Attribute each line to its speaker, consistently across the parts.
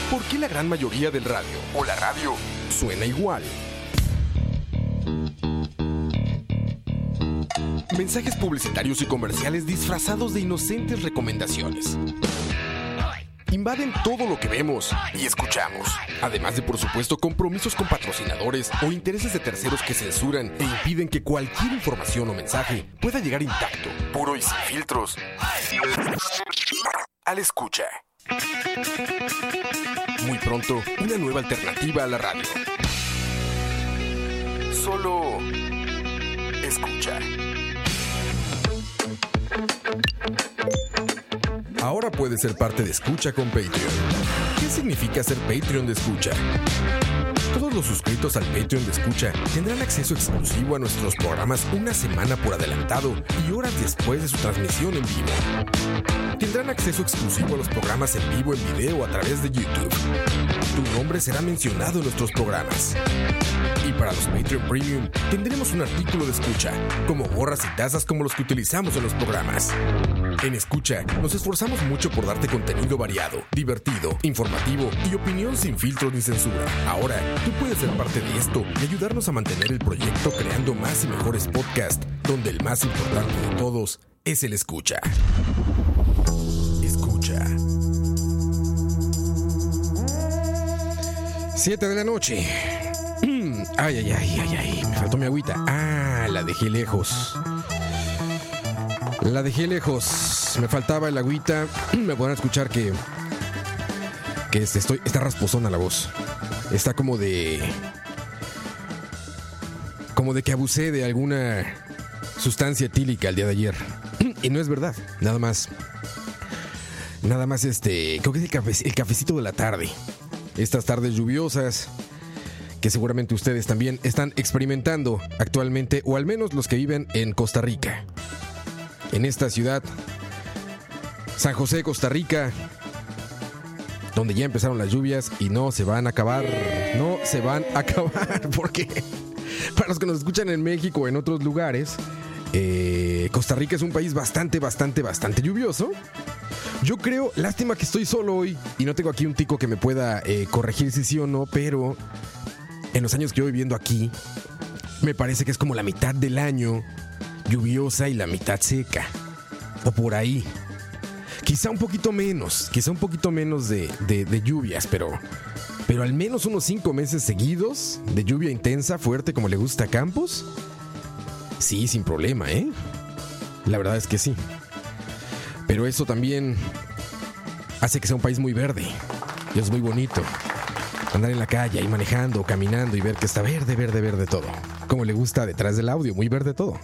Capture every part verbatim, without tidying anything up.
Speaker 1: ¿Por qué la gran mayoría del radio o la radio suena igual? Mensajes publicitarios y comerciales disfrazados de inocentes recomendaciones. Invaden todo lo que vemos y escuchamos. Además de, por supuesto, compromisos con patrocinadores o intereses de terceros que censuran e impiden que cualquier información o mensaje pueda llegar intacto, puro y sin filtros, al escucha. Muy pronto, una nueva alternativa a la radio. Solo escucha. Ahora puedes ser parte de Escucha con Patreon. ¿Qué significa ser Patreon de Escucha? Todos los suscritos al Patreon de Escucha tendrán acceso exclusivo a nuestros programas una semana por adelantado y horas después de su transmisión en vivo. Tendrán acceso exclusivo a los programas en vivo en video a través de YouTube. Tu nombre será mencionado en nuestros programas. Y para los Patreon Premium tendremos un artículo de Escucha, como gorras y tazas como los que utilizamos en los programas. En Escucha nos esforzamos mucho por darte contenido variado, divertido, informativo y opinión sin filtros ni censura. Ahora, tú puedes ser parte de esto y ayudarnos a mantener el proyecto creando más y mejores podcasts, donde el más importante de todos es el Escucha. Escucha. Siete de la noche. Ay, ay, ay, ay, ay, me faltó mi agüita. Ah, la dejé lejos. La dejé lejos. Me faltaba el agüita. Me podrán escuchar que que este, estoy, está rasposona la voz. Está como de como de que abusé de alguna sustancia etílica el día de ayer. Y no es verdad. Nada más Nada más este creo que es el, cafe, el cafecito de la tarde. Estas tardes lluviosas que seguramente ustedes también están experimentando actualmente, o al menos los que viven en Costa Rica. En esta ciudad, San José, Costa Rica, donde ya empezaron las lluvias y no se van a acabar. No se van a acabar, porque para los que nos escuchan en México o en otros lugares, eh, Costa Rica es un país bastante, bastante, bastante lluvioso. Yo creo, lástima que estoy solo hoy y no tengo aquí un tico que me pueda eh, corregir si sí o no, pero en los años que voy viviendo aquí, me parece que es como la mitad del año lluviosa y la mitad seca. O por ahí. Quizá un poquito menos, quizá un poquito menos de, de, de lluvias, pero, pero al menos unos cinco meses seguidos de lluvia intensa, fuerte, como le gusta a Campos. Sí, sin problema, ¿eh? La verdad es que sí. Pero eso también hace que sea un país muy verde. Y es muy bonito andar en la calle, ahí manejando, caminando y ver que está verde, verde, verde todo. Como le gusta detrás del audio, muy verde todo.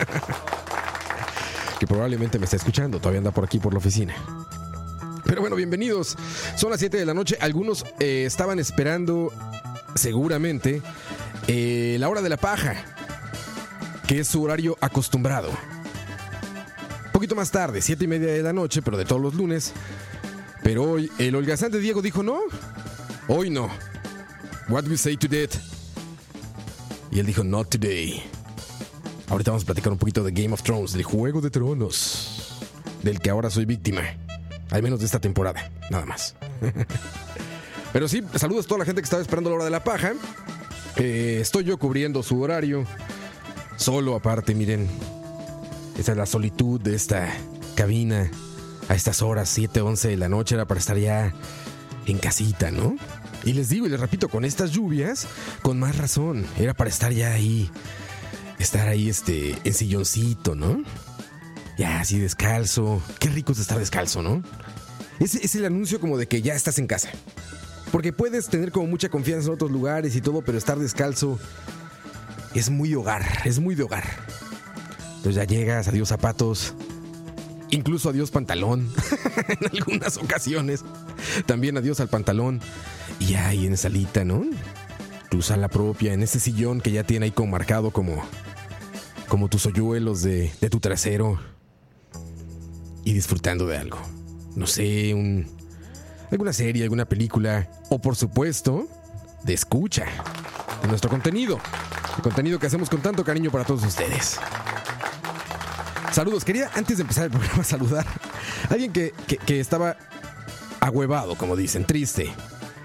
Speaker 1: Que probablemente me está escuchando, todavía anda por aquí por la oficina. Pero bueno, bienvenidos. Son las siete de la noche. Algunos eh, estaban esperando, seguramente, eh, la hora de la paja, que es su horario acostumbrado. Un poquito más tarde, siete y media de la noche, pero de todos los lunes. Pero hoy el holgazán de Diego dijo no. Hoy no. What we say to that? Y él dijo not today. Ahorita vamos a platicar un poquito de Game of Thrones, del Juego de Tronos, del que ahora soy víctima. Al menos de esta temporada, nada más. Pero sí, saludos a toda la gente que estaba esperando la hora de la paja. eh, Estoy yo cubriendo su horario. Solo aparte, miren. Esta es la solitud de esta cabina. A estas horas, siete, once de la noche, era para estar ya en casita, ¿no? Y les digo y les repito, con estas lluvias, con más razón, era para estar ya ahí, estar ahí este, en silloncito, ¿no? Ya así descalzo. Qué rico es estar descalzo, ¿no? Es, es el anuncio como de que ya estás en casa. Porque puedes tener como mucha confianza en otros lugares y todo, pero estar descalzo es muy hogar, es muy de hogar. Entonces ya llegas, adiós zapatos, incluso adiós pantalón, en algunas ocasiones. También adiós al pantalón. Y ahí en salita, ¿no? Tu sala propia, en ese sillón que ya tiene ahí como marcado como, como tus hoyuelos de, de tu trasero. Y disfrutando de algo. No sé, un, alguna serie, alguna película. O por supuesto, de escucha de nuestro contenido. El contenido que hacemos con tanto cariño para todos ustedes. Saludos, quería antes de empezar el programa saludar a alguien que, que, que estaba ahuevado, como dicen, triste.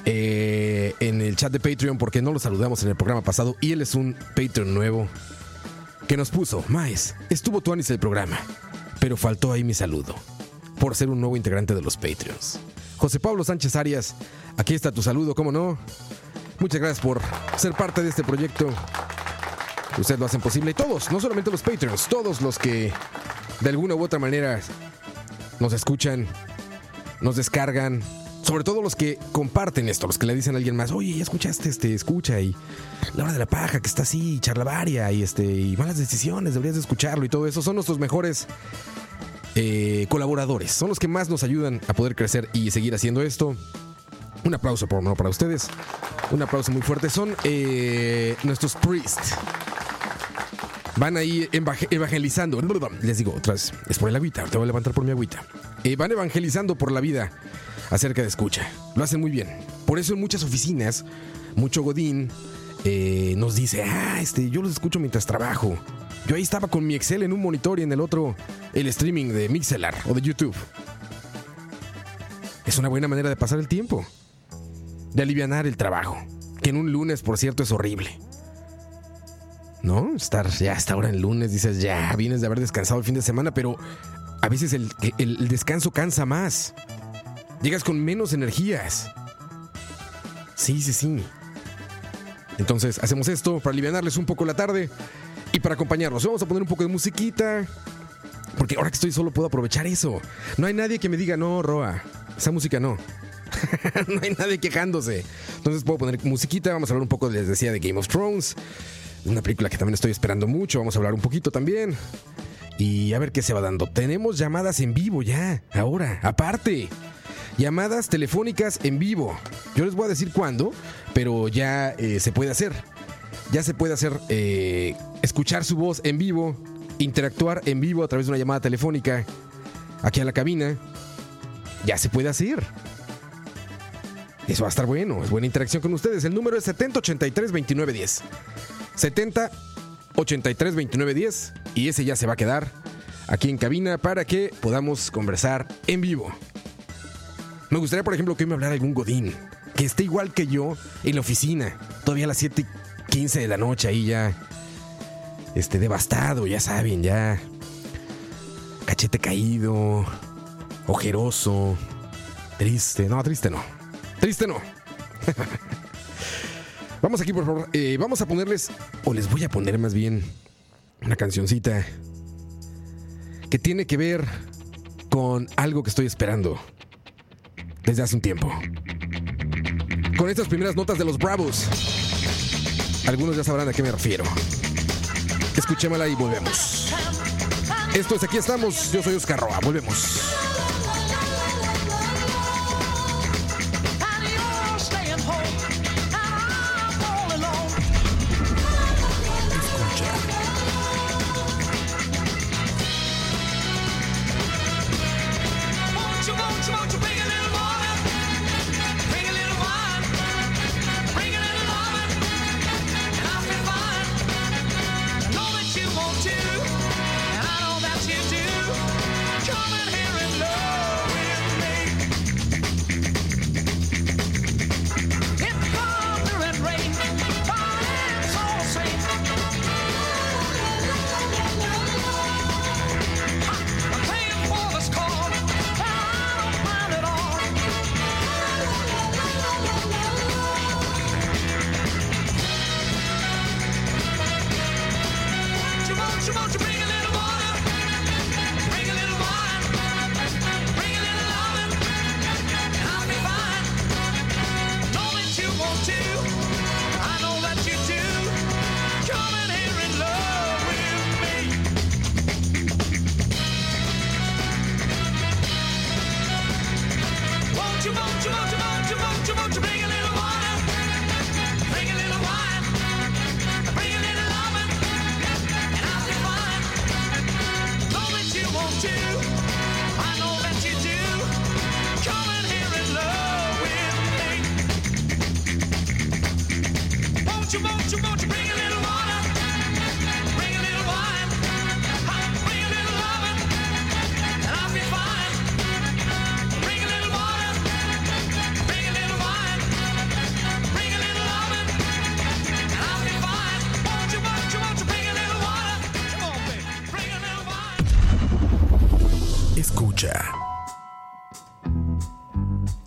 Speaker 1: eh, en el chat de Patreon porque no lo saludamos en el programa pasado y él es un Patreon nuevo que nos puso: Maes, estuvo Tuanis el programa, pero faltó ahí mi saludo por ser un nuevo integrante de los Patreons. José Pablo Sánchez Arias, aquí está tu saludo, ¿cómo no? Muchas gracias por ser parte de este proyecto. Ustedes lo hacen posible. Y todos, no solamente los Patreons, todos los que de alguna u otra manera nos escuchan, nos descargan, sobre todo los que comparten esto, los que le dicen a alguien más: oye, ya escuchaste, este, escucha, y La Hora de la Paja, que está así, charlavaria, y este, y Malas Decisiones, deberías de escucharlo, y todo eso. Son nuestros mejores eh, colaboradores, son los que más nos ayudan a poder crecer y seguir haciendo esto. Un aplauso por no para ustedes, un aplauso muy fuerte. Son eh, nuestros priests. Van ahí evangelizando. Les digo otra vez, es por el agüita, te voy a levantar por mi agüita. Eh, van evangelizando por la vida acerca de escucha. Lo hacen muy bien. Por eso en muchas oficinas, mucho godín eh, nos dice: ah, este, yo los escucho mientras trabajo. Yo ahí estaba con mi Excel en un monitor y en el otro el streaming de Mixelar o de YouTube. Es una buena manera de pasar el tiempo, de alivianar el trabajo, que en un lunes, por cierto, es horrible, ¿no? Estar ya hasta ahora en lunes, dices, ya vienes de haber descansado el fin de semana, pero a veces el, el, el descanso cansa más. Llegas con menos energías. Sí, sí, sí. Entonces hacemos esto para alivianarles un poco la tarde y para acompañarlos. Vamos a poner un poco de musiquita, porque ahora que estoy solo puedo aprovechar eso. No hay nadie que me diga: no, Roa, esa música no. No hay nadie quejándose. Entonces puedo poner musiquita. Vamos a hablar un poco, les decía, de Game of Thrones, una película que también estoy esperando mucho. Vamos a hablar un poquito también y a ver qué se va dando. Tenemos llamadas en vivo ya, ahora, aparte. Llamadas telefónicas en vivo. Yo les voy a decir cuándo, pero ya eh, se puede hacer. Ya se puede hacer, eh, escuchar su voz en vivo, interactuar en vivo a través de una llamada telefónica aquí a la cabina. Ya se puede hacer. Eso va a estar bueno, es buena interacción con ustedes. El número es setenta ochenta y tres veintinueve diez. setenta ochenta y tres veintinueve diez. Y ese ya se va a quedar aquí en cabina para que podamos conversar en vivo. Me gustaría, por ejemplo, que hoy me hablara algún godín que esté igual que yo en la oficina, todavía a las siete y quince de la noche, ahí ya este, devastado, ya saben, ya cachete caído, ojeroso, triste. No, triste no. Triste no. Vamos aquí, por favor. Eh, vamos a ponerles, o les voy a poner más bien, una cancioncita que tiene que ver con algo que estoy esperando desde hace un tiempo. Con estas primeras notas de los Bravos, algunos ya sabrán a qué me refiero. Escuchémosla y volvemos. Esto es Aquí Estamos. Yo soy Oscar Roa. Volvemos.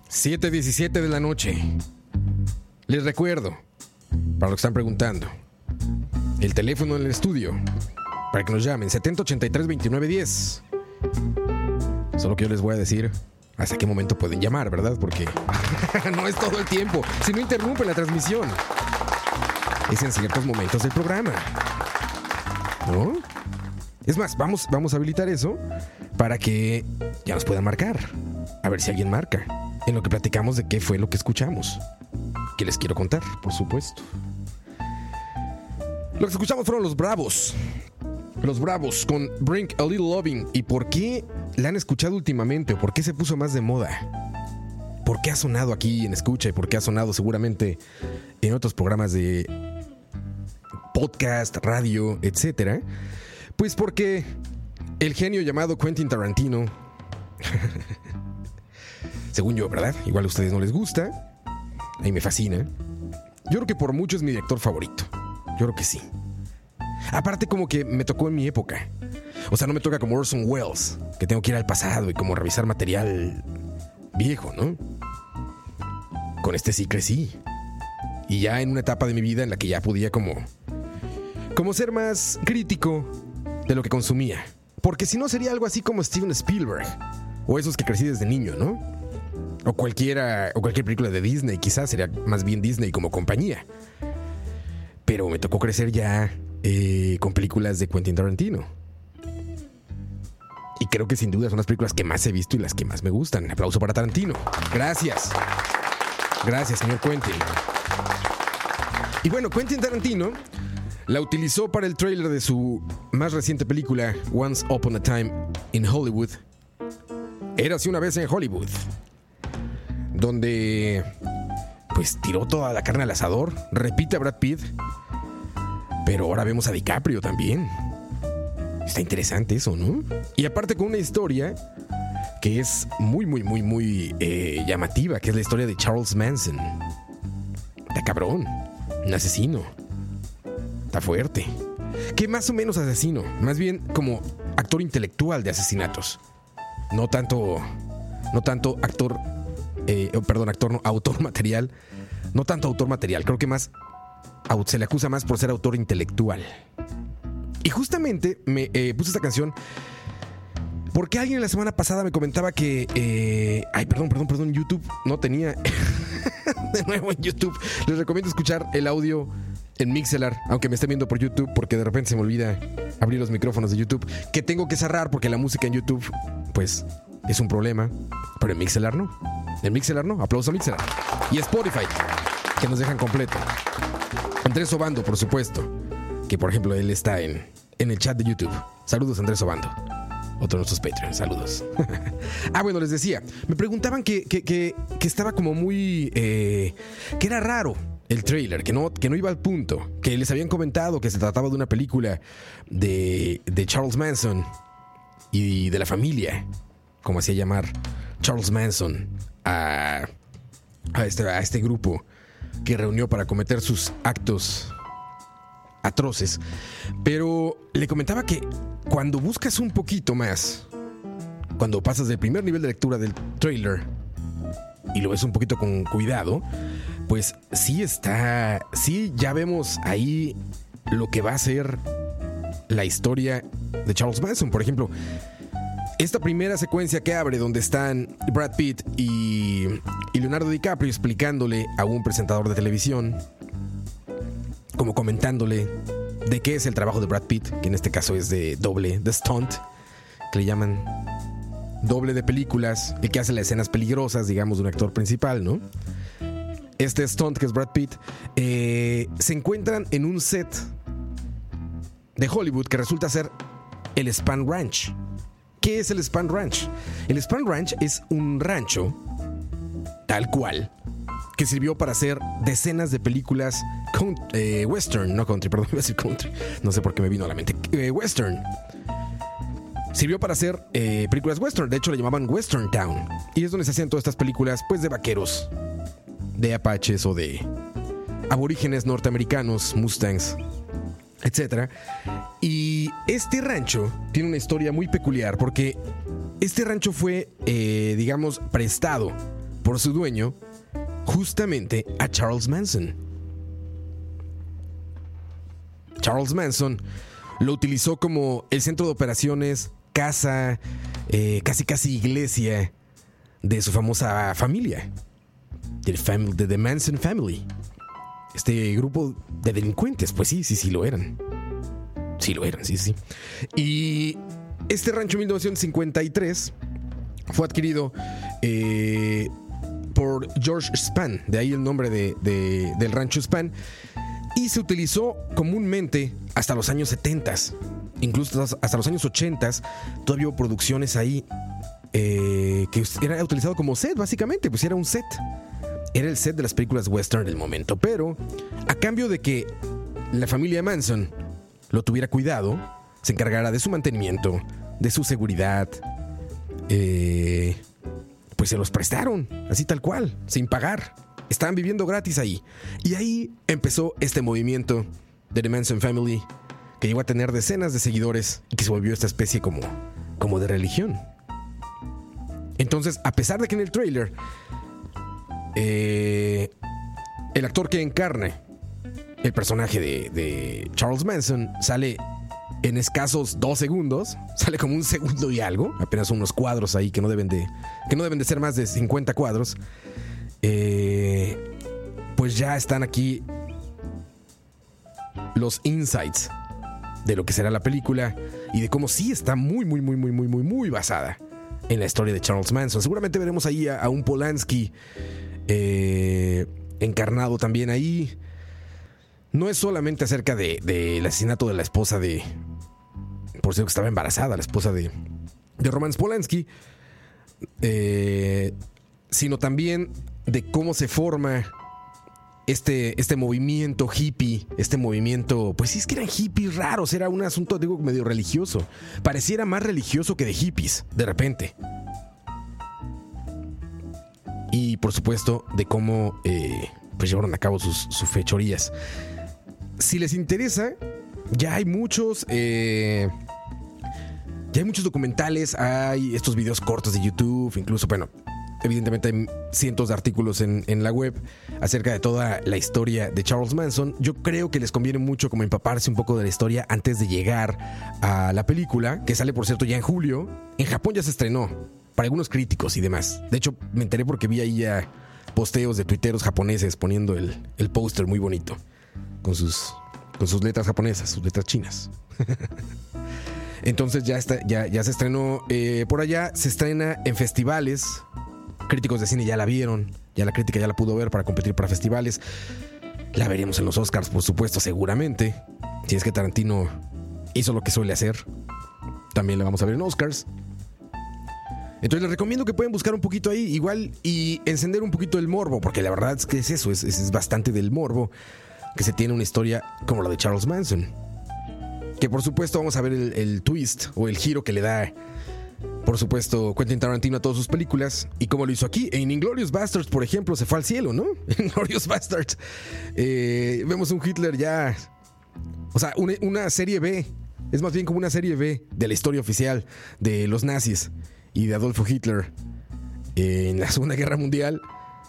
Speaker 1: siete diecisiete de la noche. Les recuerdo, para los que están preguntando, el teléfono en el estudio para que nos llamen, setenta ochenta y tres veintinueve diez. Solo que yo les voy a decir hasta qué momento pueden llamar, ¿verdad? Porque no es todo el tiempo, si no interrumpe la transmisión. Es en ciertos momentos del programa, ¿no? Es más, vamos, vamos a habilitar eso para que ya nos puedan marcar. A ver si alguien marca en lo que platicamos de qué fue lo que escuchamos, que les quiero contar, por supuesto. Lo que escuchamos fueron Los Bravos. Los Bravos con Bring a Little Loving. ¿Y por qué la han escuchado últimamente? ¿Por qué se puso más de moda? ¿Por qué ha sonado aquí en Escucha? ¿Y por qué ha sonado seguramente en otros programas de podcast, radio, etcétera? Pues porque el genio llamado Quentin Tarantino, según yo, ¿verdad? Igual a ustedes no les gusta. A mí me fascina. Yo creo que por mucho es mi director favorito. Yo creo que sí. Aparte como que me tocó en mi época. O sea, no me toca como Orson Welles, que tengo que ir al pasado y como revisar material viejo, ¿no? Con este sí crecí. Y ya en una etapa de mi vida en la que ya podía como Como ser más crítico de lo que consumía. Porque si no sería algo así como Steven Spielberg, o esos que crecí desde niño, ¿no? O cualquiera, o cualquier película de Disney, quizás sería más bien Disney como compañía. Pero me tocó crecer ya eh, con películas de Quentin Tarantino. Y creo que sin duda son las películas que más he visto y las que más me gustan. Aplauso para Tarantino. Gracias. Gracias, señor Quentin. Y bueno, Quentin Tarantino la utilizó para el tráiler de su más reciente película, Once Upon a Time in Hollywood. Érase una vez en Hollywood, donde pues tiró toda la carne al asador. Repite a Brad Pitt, pero ahora vemos a DiCaprio también. Está interesante eso, ¿no? Y aparte con una historia que es muy, muy, muy, muy eh, llamativa, que es la historia de Charles Manson. Está cabrón, un asesino. Está fuerte. Que más o menos asesino, más bien como actor intelectual de asesinatos. No tanto, no tanto actor, eh, perdón, actor no, autor material. No tanto autor material, creo que más se le acusa más por ser autor intelectual. Y justamente me eh, puse esta canción porque alguien la semana pasada me comentaba que eh, ay, perdón, perdón, perdón, YouTube no tenía de nuevo en YouTube. Les recomiendo escuchar el audio en Mixelar, aunque me estén viendo por YouTube, porque de repente se me olvida abrir los micrófonos de YouTube, que tengo que cerrar porque la música en YouTube pues es un problema, pero en Mixelar no. En Mixelar no, aplauso a Mixelar. Y Spotify, que nos dejan completo. Andrés Obando, por supuesto, que por ejemplo él está en, en el chat de YouTube. Saludos, Andrés Obando, otro de nuestros Patreons, saludos. Ah, bueno, les decía, me preguntaban que, que, que, que estaba como muy eh, que era raro el tráiler, que no, que no iba al punto, que les habían comentado que se trataba de una película de, de Charles Manson y de la familia, como hacía llamar Charles Manson a, a, este, a este grupo que reunió para cometer sus actos atroces. Pero le comentaba que cuando buscas un poquito más, cuando pasas del primer nivel de lectura del tráiler y lo ves un poquito con cuidado, pues sí está, sí ya vemos ahí lo que va a ser la historia de Charles Manson. Por ejemplo, esta primera secuencia que abre donde están Brad Pitt y, y Leonardo DiCaprio explicándole a un presentador de televisión, como comentándole de qué es el trabajo de Brad Pitt, que en este caso es de doble, de stunt, que le llaman doble de películas, el que hace las escenas peligrosas, digamos, de un actor principal, ¿no? Este stunt, que es Brad Pitt, eh, se encuentran en un set de Hollywood que resulta ser el Spahn Ranch. ¿Qué es el Spahn Ranch? El Spahn Ranch es un rancho tal cual que sirvió para hacer decenas de películas country, eh, western, no country, perdón, iba a decir country, no sé por qué me vino a la mente, eh, western. Sirvió para hacer eh, películas western, de hecho le llamaban Western Town, y es donde se hacían todas estas películas, pues, de vaqueros, de apaches o de aborígenes norteamericanos, Mustangs, etcétera. Y este rancho tiene una historia muy peculiar porque este rancho fue, eh, digamos, prestado por su dueño, justamente a Charles Manson. Charles Manson lo utilizó como el centro de operaciones, casa, eh, casi casi iglesia de su famosa familia, de fam- de The Manson Family. Este grupo de delincuentes, pues sí, sí, sí lo eran. Sí lo eran, sí, sí. Y este rancho en mil novecientos cincuenta y tres fue adquirido eh, por George Span, de ahí el nombre de, de, del rancho Span, y se utilizó comúnmente hasta los años setenta, incluso hasta los años ochenta. Todavía hubo producciones ahí eh, que era utilizado como set, básicamente, pues era un set. Era el set de las películas western del momento, pero a cambio de que la familia Manson lo tuviera cuidado, se encargara de su mantenimiento, de su seguridad, eh, pues se los prestaron, así tal cual, sin pagar. Estaban viviendo gratis ahí. Y ahí empezó este movimiento de The Manson Family, que llegó a tener decenas de seguidores y que se volvió esta especie como, como de religión. Entonces, a pesar de que en el tráiler eh, el actor que encarna el personaje de, de Charles Manson sale en escasos dos segundos, sale como un segundo y algo, apenas unos cuadros ahí que no deben de, que no deben de ser más de cincuenta cuadros, eh, pues ya están aquí los insights de lo que será la película y de cómo sí está muy, muy, muy, muy, muy, muy, muy basada en la historia de Charles Manson. Seguramente veremos ahí a, a un Polanski eh, encarnado también ahí. No es solamente acerca de, de el asesinato de la esposa de, por cierto que estaba embarazada, la esposa de, de Roman Polanski, eh, sino también de cómo se forma este, este movimiento hippie, este movimiento, pues sí es que eran hippies raros, era un asunto, digo, medio religioso. Pareciera más religioso que de hippies, de repente. Y por supuesto, de cómo eh, pues llevaron a cabo sus, sus fechorías. Si les interesa, ya hay muchos, eh, ya hay muchos documentales, hay estos videos cortos de YouTube, incluso, bueno, evidentemente hay cientos de artículos en, en la web acerca de toda la historia de Charles Manson. Yo creo que les conviene mucho como empaparse un poco de la historia antes de llegar a la película, que sale por cierto ya en julio. En Japón ya se estrenó, para algunos críticos y demás. De hecho, me enteré porque vi ahí ya posteos de tuiteros japoneses poniendo el, el póster muy bonito, con sus, con sus letras japonesas, sus letras chinas. Entonces ya, está, ya, ya se estrenó eh, por allá, se estrena en festivales. Críticos de cine ya la vieron, ya la crítica ya la pudo ver para competir para festivales. La veremos en los Oscars, por supuesto, seguramente. Si es que Tarantino hizo lo que suele hacer, también la vamos a ver en Oscars. Entonces les recomiendo que pueden buscar un poquito ahí, igual, y encender un poquito el morbo, porque la verdad es que es eso, es, es bastante del morbo que se tiene una historia como la de Charles Manson. Que por supuesto vamos a ver el, el twist o el giro que le da, por supuesto, Quentin Tarantino a todas sus películas, y como lo hizo aquí en Inglourious Basterds, por ejemplo, se fue al cielo, ¿no? Inglourious Basterds, eh, vemos un Hitler ya, o sea, una, una serie B, es más bien como una serie B de la historia oficial de los nazis y de Adolfo Hitler eh, en la Segunda Guerra Mundial,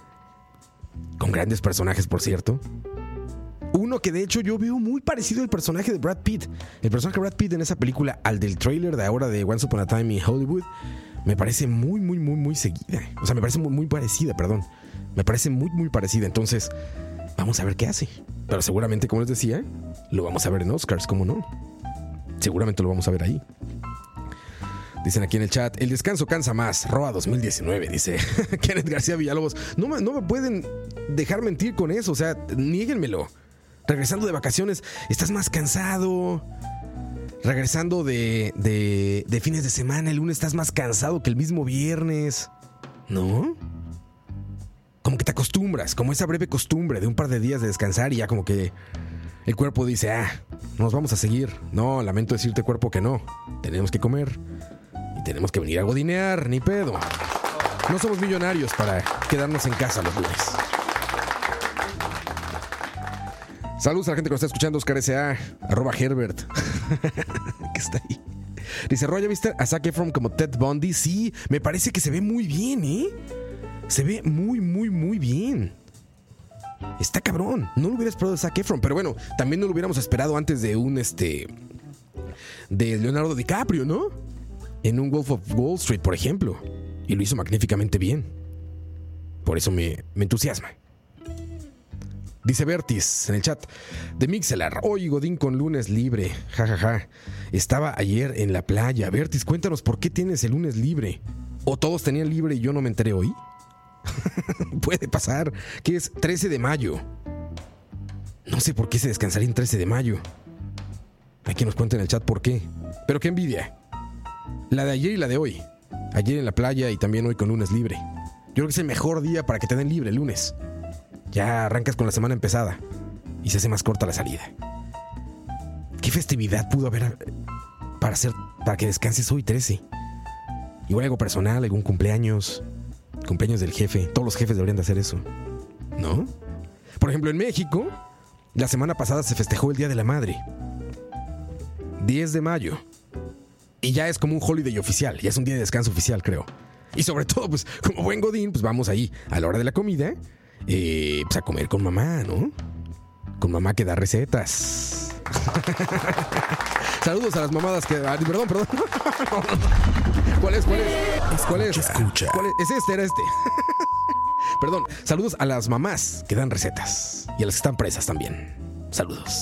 Speaker 1: con grandes personajes, por cierto. Uno que de hecho yo veo muy parecido al personaje de Brad Pitt. El personaje de Brad Pitt en esa película al del tráiler de ahora de Once Upon a Time in Hollywood me parece muy, muy, muy, muy seguida. O sea, me parece muy, muy parecida, perdón. Me parece muy, muy parecida. Entonces, vamos a ver qué hace. Pero seguramente, como les decía, lo vamos a ver en Oscars, ¿cómo no? Seguramente lo vamos a ver ahí. Dicen aquí en el chat, el descanso cansa más. Roa dos mil diecinueve, dice Kenneth García Villalobos. No me, no me pueden dejar mentir con eso, o sea, niéguenmelo. Regresando de vacaciones, estás más cansado. Regresando de, de, de fines de semana, el lunes estás más cansado que el mismo viernes. ¿No? Como que te acostumbras, como esa breve costumbre de un par de días de descansar y ya como que el cuerpo dice, ah, nos vamos a seguir. No, lamento decirte, cuerpo, que no. Tenemos que comer y tenemos que venir a godinear, ni pedo. No somos millonarios para quedarnos en casa los lunes. Saludos a la gente que nos está escuchando, Oscar S A, arroba Herbert, que está ahí. Dice, Roya, ¿viste a Zac Efron como Ted Bundy? Sí, me parece que se ve muy bien, ¿eh? Se ve muy, muy, muy bien. Está cabrón. No lo hubiera esperado de Zac Efron, pero bueno, también no lo hubiéramos esperado antes de un este de Leonardo DiCaprio, ¿no? En un Wolf of Wall Street, por ejemplo. Y lo hizo magníficamente bien. Por eso me, me entusiasma. Dice Bertis en el chat de Mixelar: hoy Godín con lunes libre. Ja, ja, ja. Estaba ayer en la playa. Bertis, cuéntanos por qué tienes el lunes libre. ¿O todos tenían libre y yo no me enteré hoy? Puede pasar, que es trece de mayo. No sé por qué se descansaría en trece de mayo. Hay quien nos cuente en el chat por qué. Pero qué envidia. La de ayer y la de hoy. Ayer en la playa y también hoy con lunes libre. Yo creo que es el mejor día para que te den libre el lunes. Ya arrancas con la semana empezada y se hace más corta la salida. ¿Qué festividad pudo haber para hacer para que descanses hoy trece? Igual algo personal, algún cumpleaños. Cumpleaños del jefe. Todos los jefes deberían de hacer eso, ¿no? Por ejemplo, en México, la semana pasada se festejó el Día de la Madre. diez de mayo. Y ya es como un holiday oficial. Ya es un día de descanso oficial, creo. Y sobre todo, pues, como buen godín, pues vamos ahí a la hora de la comida, eh, pues a comer con mamá, ¿no? Con mamá que da recetas. Saludos a las mamadas que... Ah, perdón, perdón. ¿Cuál es? ¿Cuál es? ¿Cuál es?
Speaker 2: Escucha.
Speaker 1: ¿Cuál es? Es este, era este. Perdón. Saludos a las mamás que dan recetas. Y a las que están presas también. Saludos.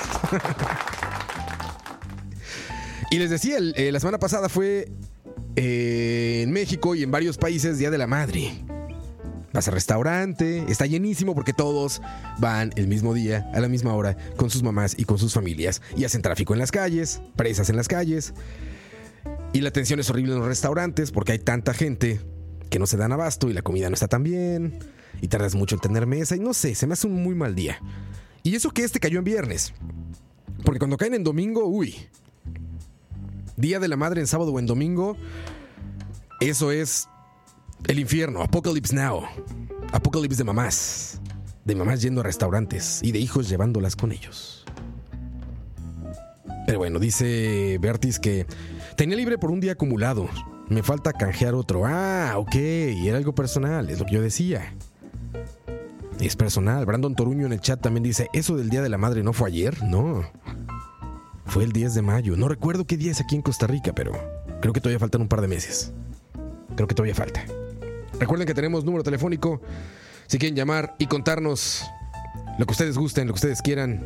Speaker 1: Y les decía, el, eh, la semana pasada fue eh, en México y en varios países Día de la Madre. Vas al restaurante, está llenísimo porque todos van el mismo día, a la misma hora, con sus mamás y con sus familias. Y hacen tráfico en las calles, presas en las calles. Y la atención es horrible en los restaurantes porque hay tanta gente que no se dan abasto y la comida no está tan bien. Y tardas mucho en tener mesa y no sé, se me hace un muy mal día. Y eso que este cayó en viernes. Porque cuando caen en domingo, uy. Día de la Madre en sábado o en domingo, eso es... el infierno, Apocalypse Now. Apocalypse de mamás. De mamás yendo a restaurantes y de hijos llevándolas con ellos. Pero bueno, dice Bertis que tenía libre por un día acumulado. Me falta canjear otro. Ah, ok, era algo personal, es lo que yo decía. Es personal. Brandon Toruño en el chat también dice: ¿eso del Día de la Madre no fue ayer? No. Fue el diez de mayo. No recuerdo qué día es aquí en Costa Rica, pero creo que todavía faltan un par de meses. Creo que todavía falta. Recuerden que tenemos número telefónico si quieren llamar y contarnos lo que ustedes gusten, lo que ustedes quieran.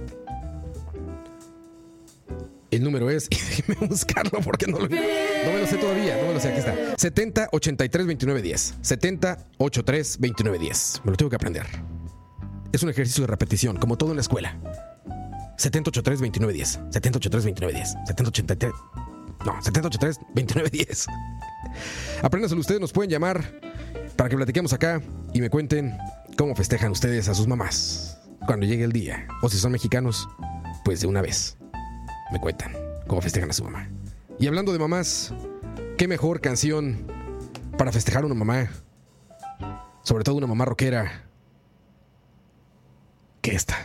Speaker 1: El número es... déjenme buscarlo porque no, lo, no me lo sé todavía. No me lo sé, aquí está. setenta ochenta y tres veintinueve diez. setenta ochenta y tres veintinueve diez. Me lo tengo que aprender. Es un ejercicio de repetición, como todo en la escuela. setenta ochenta y tres veintinueve diez. setenta ochenta y tres veintinueve diez. setenta ochenta y tres... No, setenta ochenta y tres veintinueve diez. Apréndanselo ustedes, nos pueden llamar para que platiquemos acá y me cuenten cómo festejan ustedes a sus mamás cuando llegue el día. O si son mexicanos, pues de una vez me cuentan cómo festejan a su mamá. Y hablando de mamás, qué mejor canción para festejar a una mamá, sobre todo una mamá rockera, que esta.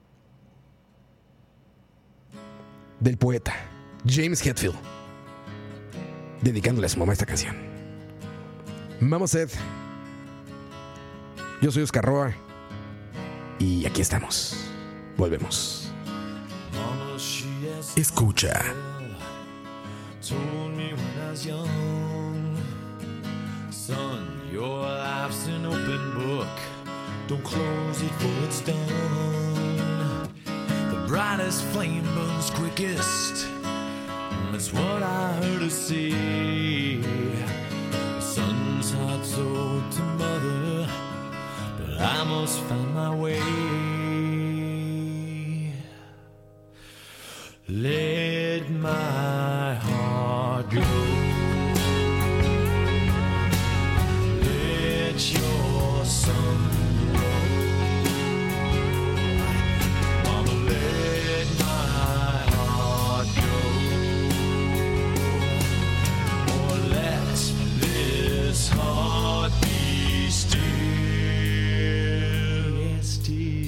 Speaker 1: Del poeta James Hetfield, dedicándole a su mamá esta canción. Mama Said. Yo soy Oscar Roa y aquí estamos. Volvemos.
Speaker 2: Escucha.
Speaker 3: Told me when I was young, son, your life's an open book. Don't close it for it's done. The brightest flame burns quickest. That's what I heard her say. The son's heart sold to mother, but I must find my way. Let my heart go. Let your sun glow. Mama, let my heart go. Or let this heart be still. Yes, still.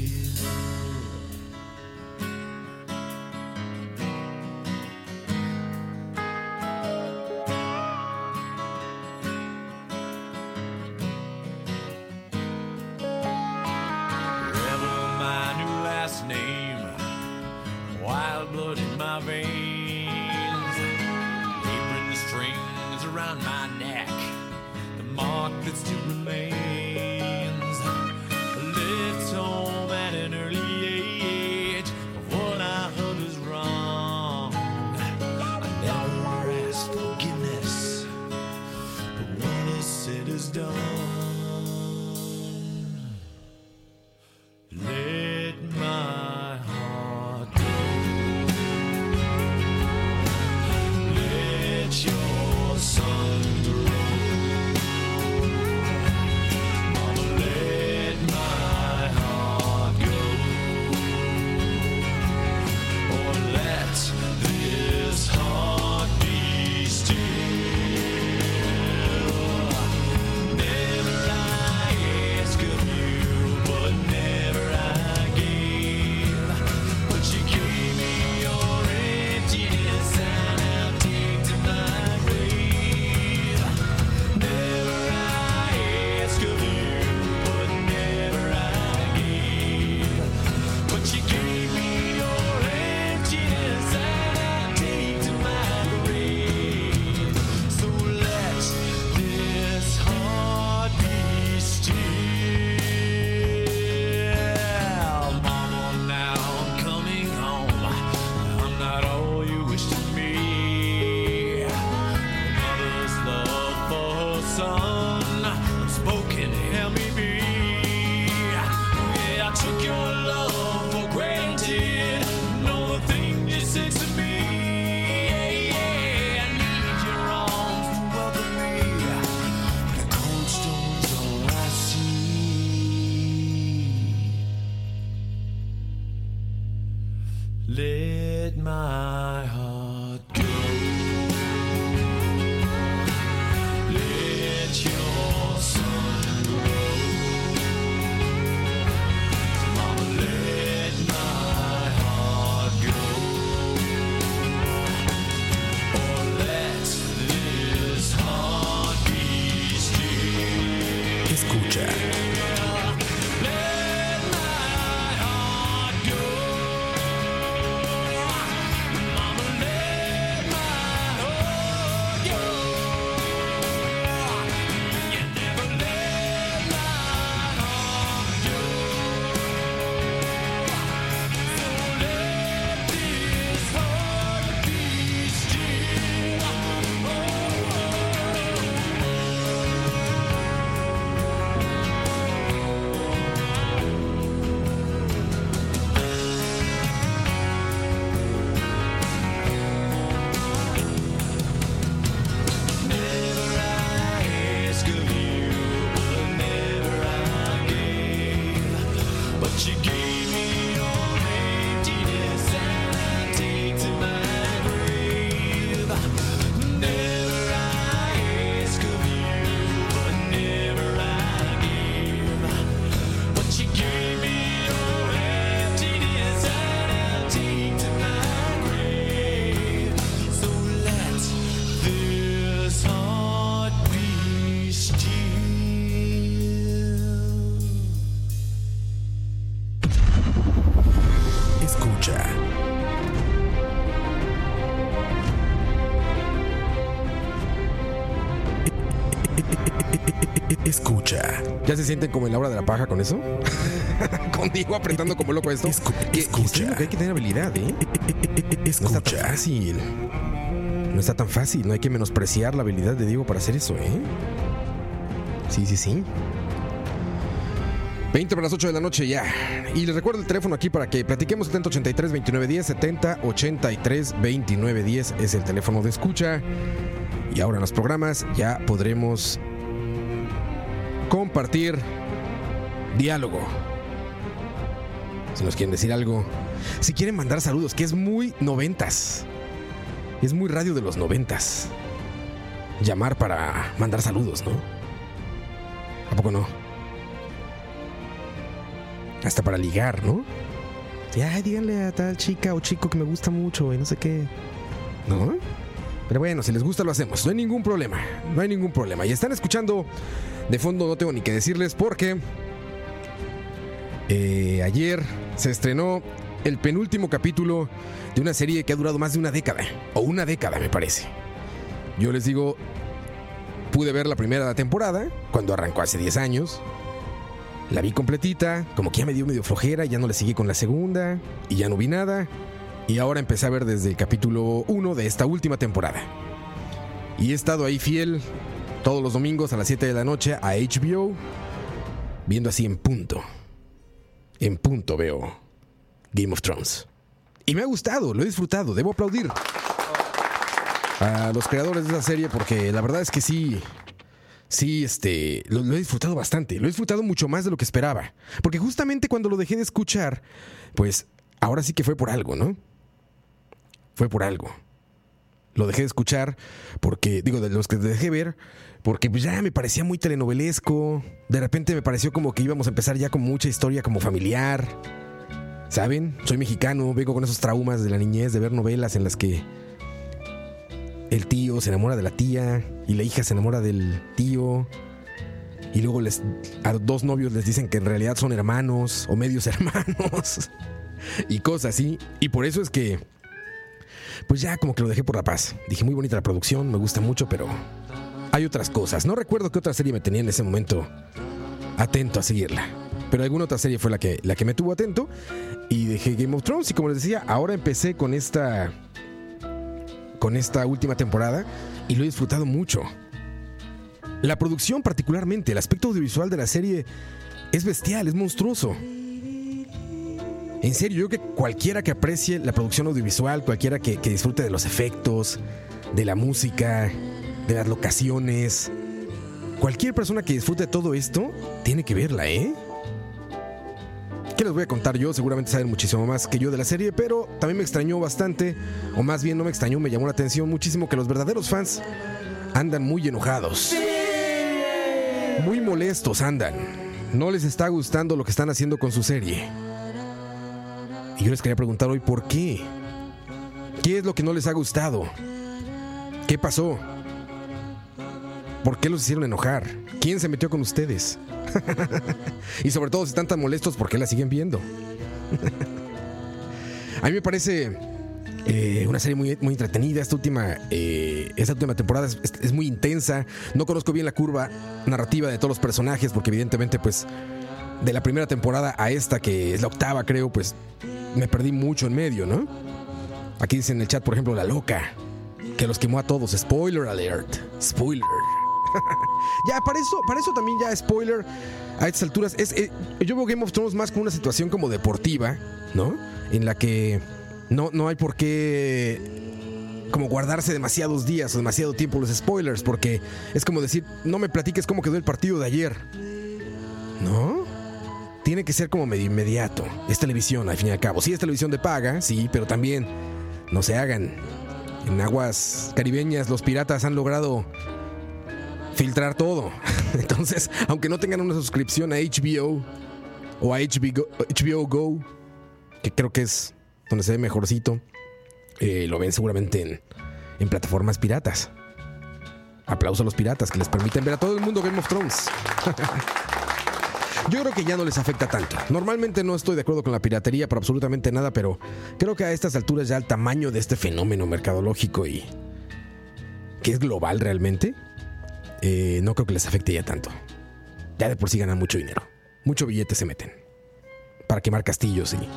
Speaker 3: Let my heart go. Let your sun grow. Mama, let my heart go. Or let this heart be still.
Speaker 1: Escucha. Escucha. ¿Ya se sienten como en la hora de la paja con eso? Contigo apretando como loco esto. Escu que, escucha. Que, que hay que tener habilidad, ¿eh? Escucha. No está tan fácil. No está tan fácil. No hay que menospreciar la habilidad de Diego para hacer eso, ¿eh? Sí, sí, sí. veinte para las ocho de la noche ya. Y les recuerdo el teléfono aquí para que platiquemos. Setenta ochenta y tres veintinueve diez. Setenta ochenta y tres veintinueve diez es el teléfono de escucha. Y ahora en los programas ya podremos compartir diálogo. Si nos quieren decir algo, si quieren mandar saludos, que es muy noventas, es muy radio de los noventas, llamar para mandar saludos, ¿no? ¿A poco no? Hasta para ligar, ¿no? Sí, ay, díganle a tal chica o chico que me gusta mucho y no sé qué, ¿no? Pero bueno, si les gusta lo hacemos, no hay ningún problema, no hay ningún problema. Y están escuchando de fondo, no tengo ni que decirles porque eh, ayer se estrenó el penúltimo capítulo de una serie que ha durado más de una década, o una década me parece. Yo les digo, pude ver la primera temporada cuando arrancó hace diez años. La vi completita, como que ya me dio medio flojera, ya no le seguí con la segunda y ya no vi nada. Y ahora empecé a ver desde el capítulo uno de esta última temporada. Y he estado ahí fiel todos los domingos a las siete de la noche a H B O, viendo así en punto. En punto veo Game of Thrones. Y me ha gustado, lo he disfrutado, debo aplaudir a los creadores de esa serie porque la verdad es que sí, sí, este, lo, lo he disfrutado bastante. Lo he disfrutado mucho más de lo que esperaba. Porque justamente cuando lo dejé de escuchar, pues ahora sí que fue por algo, ¿no? Fue por algo. Lo dejé de escuchar porque, digo, de los que dejé ver, porque pues ya me parecía muy telenovelesco. De repente me pareció como que íbamos a empezar ya con mucha historia como familiar. ¿Saben? Soy mexicano, vengo con esos traumas de la niñez, de ver novelas en las que el tío se enamora de la tía y la hija se enamora del tío. Y luego les, a dos novios les dicen que en realidad son hermanos o medios hermanos. Y cosas así. Y por eso es que pues ya como que lo dejé por la paz. Dije, muy bonita la producción, me gusta mucho, pero hay otras cosas. No recuerdo qué otra serie me tenía en ese momento atento a seguirla, pero alguna otra serie fue la que, la que me tuvo atento. Y dejé Game of Thrones. Y como les decía, ahora empecé con esta Con esta última temporada y lo he disfrutado mucho. La producción particularmente, el aspecto audiovisual de la serie es bestial, es monstruoso. En serio, yo creo que cualquiera que aprecie la producción audiovisual, cualquiera que, que disfrute de los efectos, de la música, de las locaciones, cualquier persona que disfrute de todo esto, tiene que verla, ¿eh? ¿Qué les voy a contar yo? Seguramente saben muchísimo más que yo de la serie, pero también me extrañó bastante, o más bien no me extrañó, me llamó la atención muchísimo que los verdaderos fans andan muy enojados. Muy molestos andan. No les está gustando lo que están haciendo con su serie. Y yo les quería preguntar hoy por qué. ¿Qué es lo que no les ha gustado? ¿Qué pasó? ¿Por qué los hicieron enojar? ¿Quién se metió con ustedes? Y sobre todo si están tan molestos, ¿por qué la siguen viendo? A mí me parece eh, una serie muy, muy entretenida. Esta última, eh, esta última temporada es, es muy intensa. No conozco bien la curva narrativa de todos los personajes, porque evidentemente pues de la primera temporada a esta, que es la octava creo, pues me perdí mucho en medio, ¿no? Aquí dice en el chat, por ejemplo, la loca, que los quemó a todos. Spoiler alert. Spoiler. Ya, para eso, para eso también ya spoiler a estas alturas. Es, es, yo veo Game of Thrones más como una situación como deportiva, ¿no? En la que no, no hay por qué como guardarse demasiados días o demasiado tiempo los spoilers, porque es como decir, no me platiques cómo quedó el partido de ayer, ¿no? Tiene que ser como medio inmediato. Es televisión, al fin y al cabo. Sí, es televisión de paga, sí, pero también no se hagan. En aguas caribeñas los piratas han logrado filtrar todo. Entonces, aunque no tengan una suscripción a H B O o a H B O, H B O Go, que creo que es donde se ve mejorcito, eh, lo ven seguramente en, en plataformas piratas. Aplauso a los piratas que les permiten ver a todo el mundo Game of Thrones. Yo creo que ya no les afecta tanto. Normalmente no estoy de acuerdo con la piratería por absolutamente nada, pero creo que a estas alturas ya el tamaño de este fenómeno mercadológico y que es global realmente, eh, no creo que les afecte ya tanto. Ya de por sí ganan mucho dinero. Mucho billete se meten para quemar castillos y,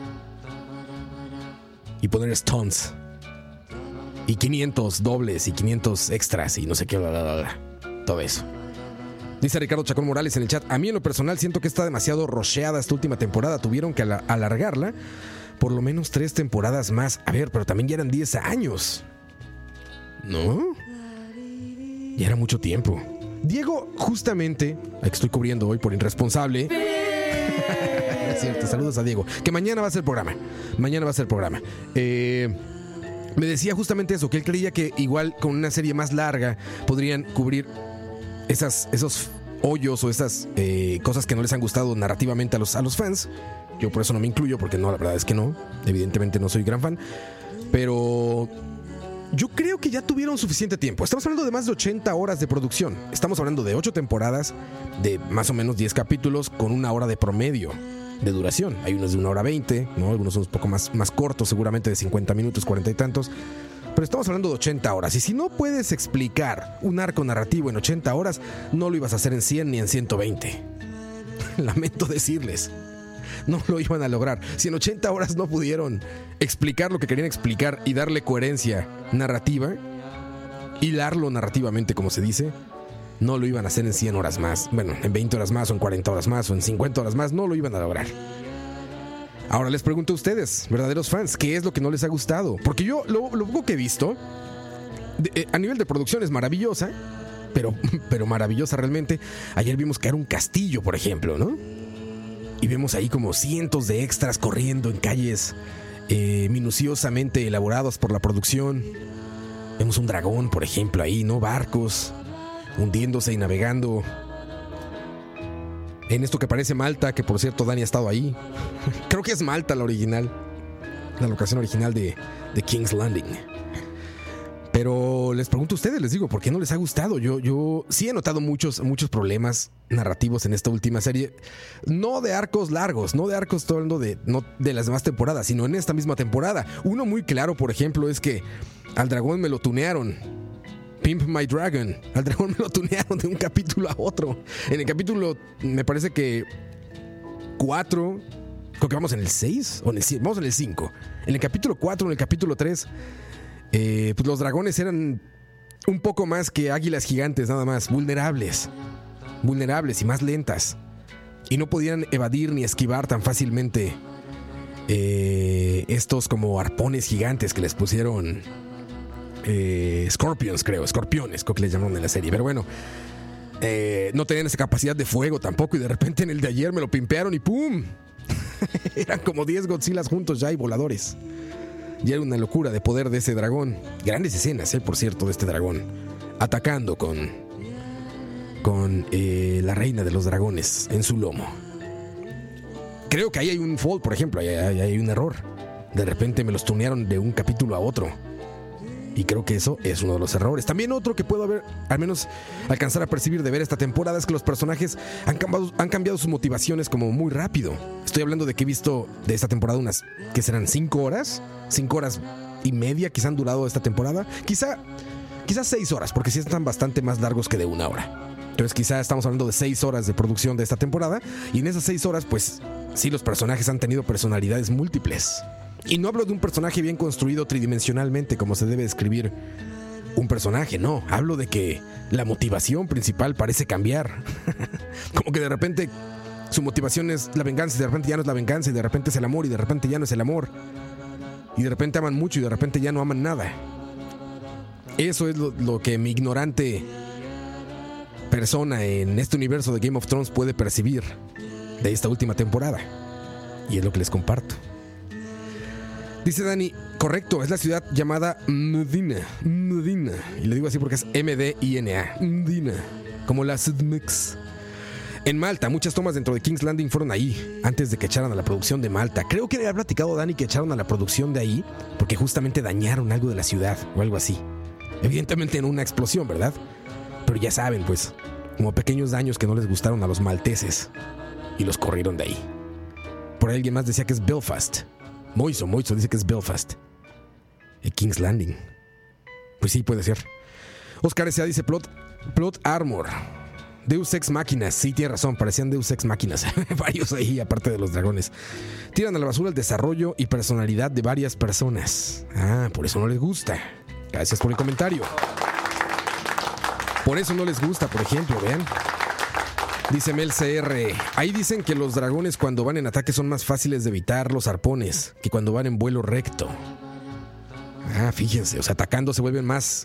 Speaker 1: y poner stunts y quinientos dobles y quinientos extras y no sé qué, bla, bla, bla, bla. Todo eso. Dice Ricardo Chacón Morales en el chat: a mí en lo personal siento que está demasiado rusheada esta última temporada. Tuvieron que al- alargarla por lo menos tres temporadas más. A ver, pero también ya eran diez años, ¿no? Ya era mucho tiempo. Diego, justamente, a que estoy cubriendo hoy por irresponsable. Es cierto, saludos a Diego, que mañana va a ser programa. Mañana va a ser programa. Eh, me decía justamente eso, que él creía que igual con una serie más larga podrían cubrir Esas, esos hoyos o esas eh, cosas que no les han gustado narrativamente a los, a los fans. Yo por eso no me incluyo, porque no, la verdad es que no. Evidentemente no soy gran fan. Pero yo creo que ya tuvieron suficiente tiempo. Estamos hablando de más de ochenta horas de producción. Estamos hablando de ocho temporadas, de más o menos diez capítulos, con una hora de promedio de duración. Hay unos de una hora veinte, ¿no? Algunos son un poco más, más cortos, seguramente de cincuenta minutos, cuarenta y tantos. Pero estamos hablando de ochenta horas. Y si no puedes explicar un arco narrativo en ochenta horas, no lo ibas a hacer en cien ni en ciento veinte. Lamento decirles, no lo iban a lograr. Si en ochenta horas no pudieron explicar lo que querían explicar y darle coherencia narrativa, hilarlo narrativamente, como se dice, no lo iban a hacer en cien horas más. Bueno, en veinte horas más, o en cuarenta horas más, o en cincuenta horas más, no lo iban a lograr. Ahora les pregunto a ustedes, verdaderos fans, ¿qué es lo que no les ha gustado? Porque yo lo, lo poco que he visto, de, eh, a nivel de producción es maravillosa, pero, pero maravillosa realmente. Ayer vimos caer un castillo, por ejemplo, ¿no? Y vemos ahí como cientos de extras corriendo en calles eh, minuciosamente elaboradas por la producción. Vemos un dragón, por ejemplo, ahí, ¿no? Barcos hundiéndose y navegando en esto que parece Malta, que por cierto Dani ha estado ahí. Creo que es Malta la original, la locación original de, de King's Landing. Pero les pregunto a ustedes, les digo, ¿por qué no les ha gustado? Yo, yo sí he notado muchos, muchos problemas narrativos en esta última serie. No de arcos largos, no de arcos todo hablando de, no de las demás temporadas, sino en esta misma temporada. Uno muy claro, por ejemplo, es que al dragón me lo tunearon. Pimp My Dragon. Al dragón me lo tunearon de un capítulo a otro. En el capítulo, me parece que cuatro, creo que vamos en el seis o en el siete, vamos en el cinco. En el capítulo cuatro, en el capítulo tres, eh, pues los dragones eran un poco más que águilas gigantes, nada más, vulnerables. Vulnerables y más lentas. Y no podían evadir ni esquivar tan fácilmente eh, estos como arpones gigantes que les pusieron. Eh, Scorpions, creo, escorpiones, creo que les llamaron en la serie. Pero bueno, eh, no tenían esa capacidad de fuego tampoco. Y de repente en el de ayer me lo pimpearon y ¡pum! Eran como diez Godzillas juntos ya y voladores. Y era una locura de poder de ese dragón. Grandes escenas, eh, por cierto, de este dragón. Atacando con, con eh, la reina de los dragones en su lomo. Creo que ahí hay un fault, por ejemplo, ahí hay, hay un error. De repente me los tunearon de un capítulo a otro. Y creo que eso es uno de los errores. También otro que puedo haber, al menos alcanzar a percibir de ver esta temporada, es que los personajes han cambiado, han cambiado sus motivaciones como muy rápido. Estoy hablando de que he visto de esta temporada unas, que serán cinco horas, cinco horas y media quizá han durado esta temporada. Quizá, quizá seis horas, porque sí están bastante más largos que de una hora. Entonces quizá estamos hablando de seis horas de producción de esta temporada. Y en esas seis horas, pues sí, los personajes han tenido personalidades múltiples. Y no hablo de un personaje bien construido tridimensionalmente como se debe describir un personaje, no. Hablo de que la motivación principal parece cambiar. Como que de repente su motivación es la venganza y de repente ya no es la venganza y de repente es el amor y de repente ya no es el amor. Y de repente aman mucho y de repente ya no aman nada. Eso es lo, lo que mi ignorante persona en este universo de Game of Thrones puede percibir de esta última temporada. Y es lo que les comparto. Dice Dani, correcto, es la ciudad llamada Medina, Medina, y le digo así porque es M D I N A, Medina, como la C D M X. En Malta, muchas tomas dentro de King's Landing fueron ahí, antes de que echaran a la producción de Malta. Creo que le había platicado Dani que echaron a la producción de ahí, porque justamente dañaron algo de la ciudad, o algo así. Evidentemente en una explosión, ¿verdad? Pero ya saben, pues, como pequeños daños que no les gustaron a los malteses, y los corrieron de ahí. Por ahí alguien más decía que es Belfast. Moiso, Moiso dice que es Belfast. Y King's Landing. Pues sí, puede ser. Oscar S A dice plot, plot Armor. Deus Ex Máquinas. Sí, tiene razón, parecían Deus Ex Máquinas. Varios ahí, aparte de los dragones. Tiran a la basura el desarrollo y personalidad de varias personas. Ah, por eso no les gusta. Gracias por el comentario. Por eso no les gusta, por ejemplo, vean. Dice Mel C R, ahí dicen que los dragones cuando van en ataque son más fáciles de evitar los arpones que cuando van en vuelo recto. Ah, fíjense, o sea, atacando se vuelven más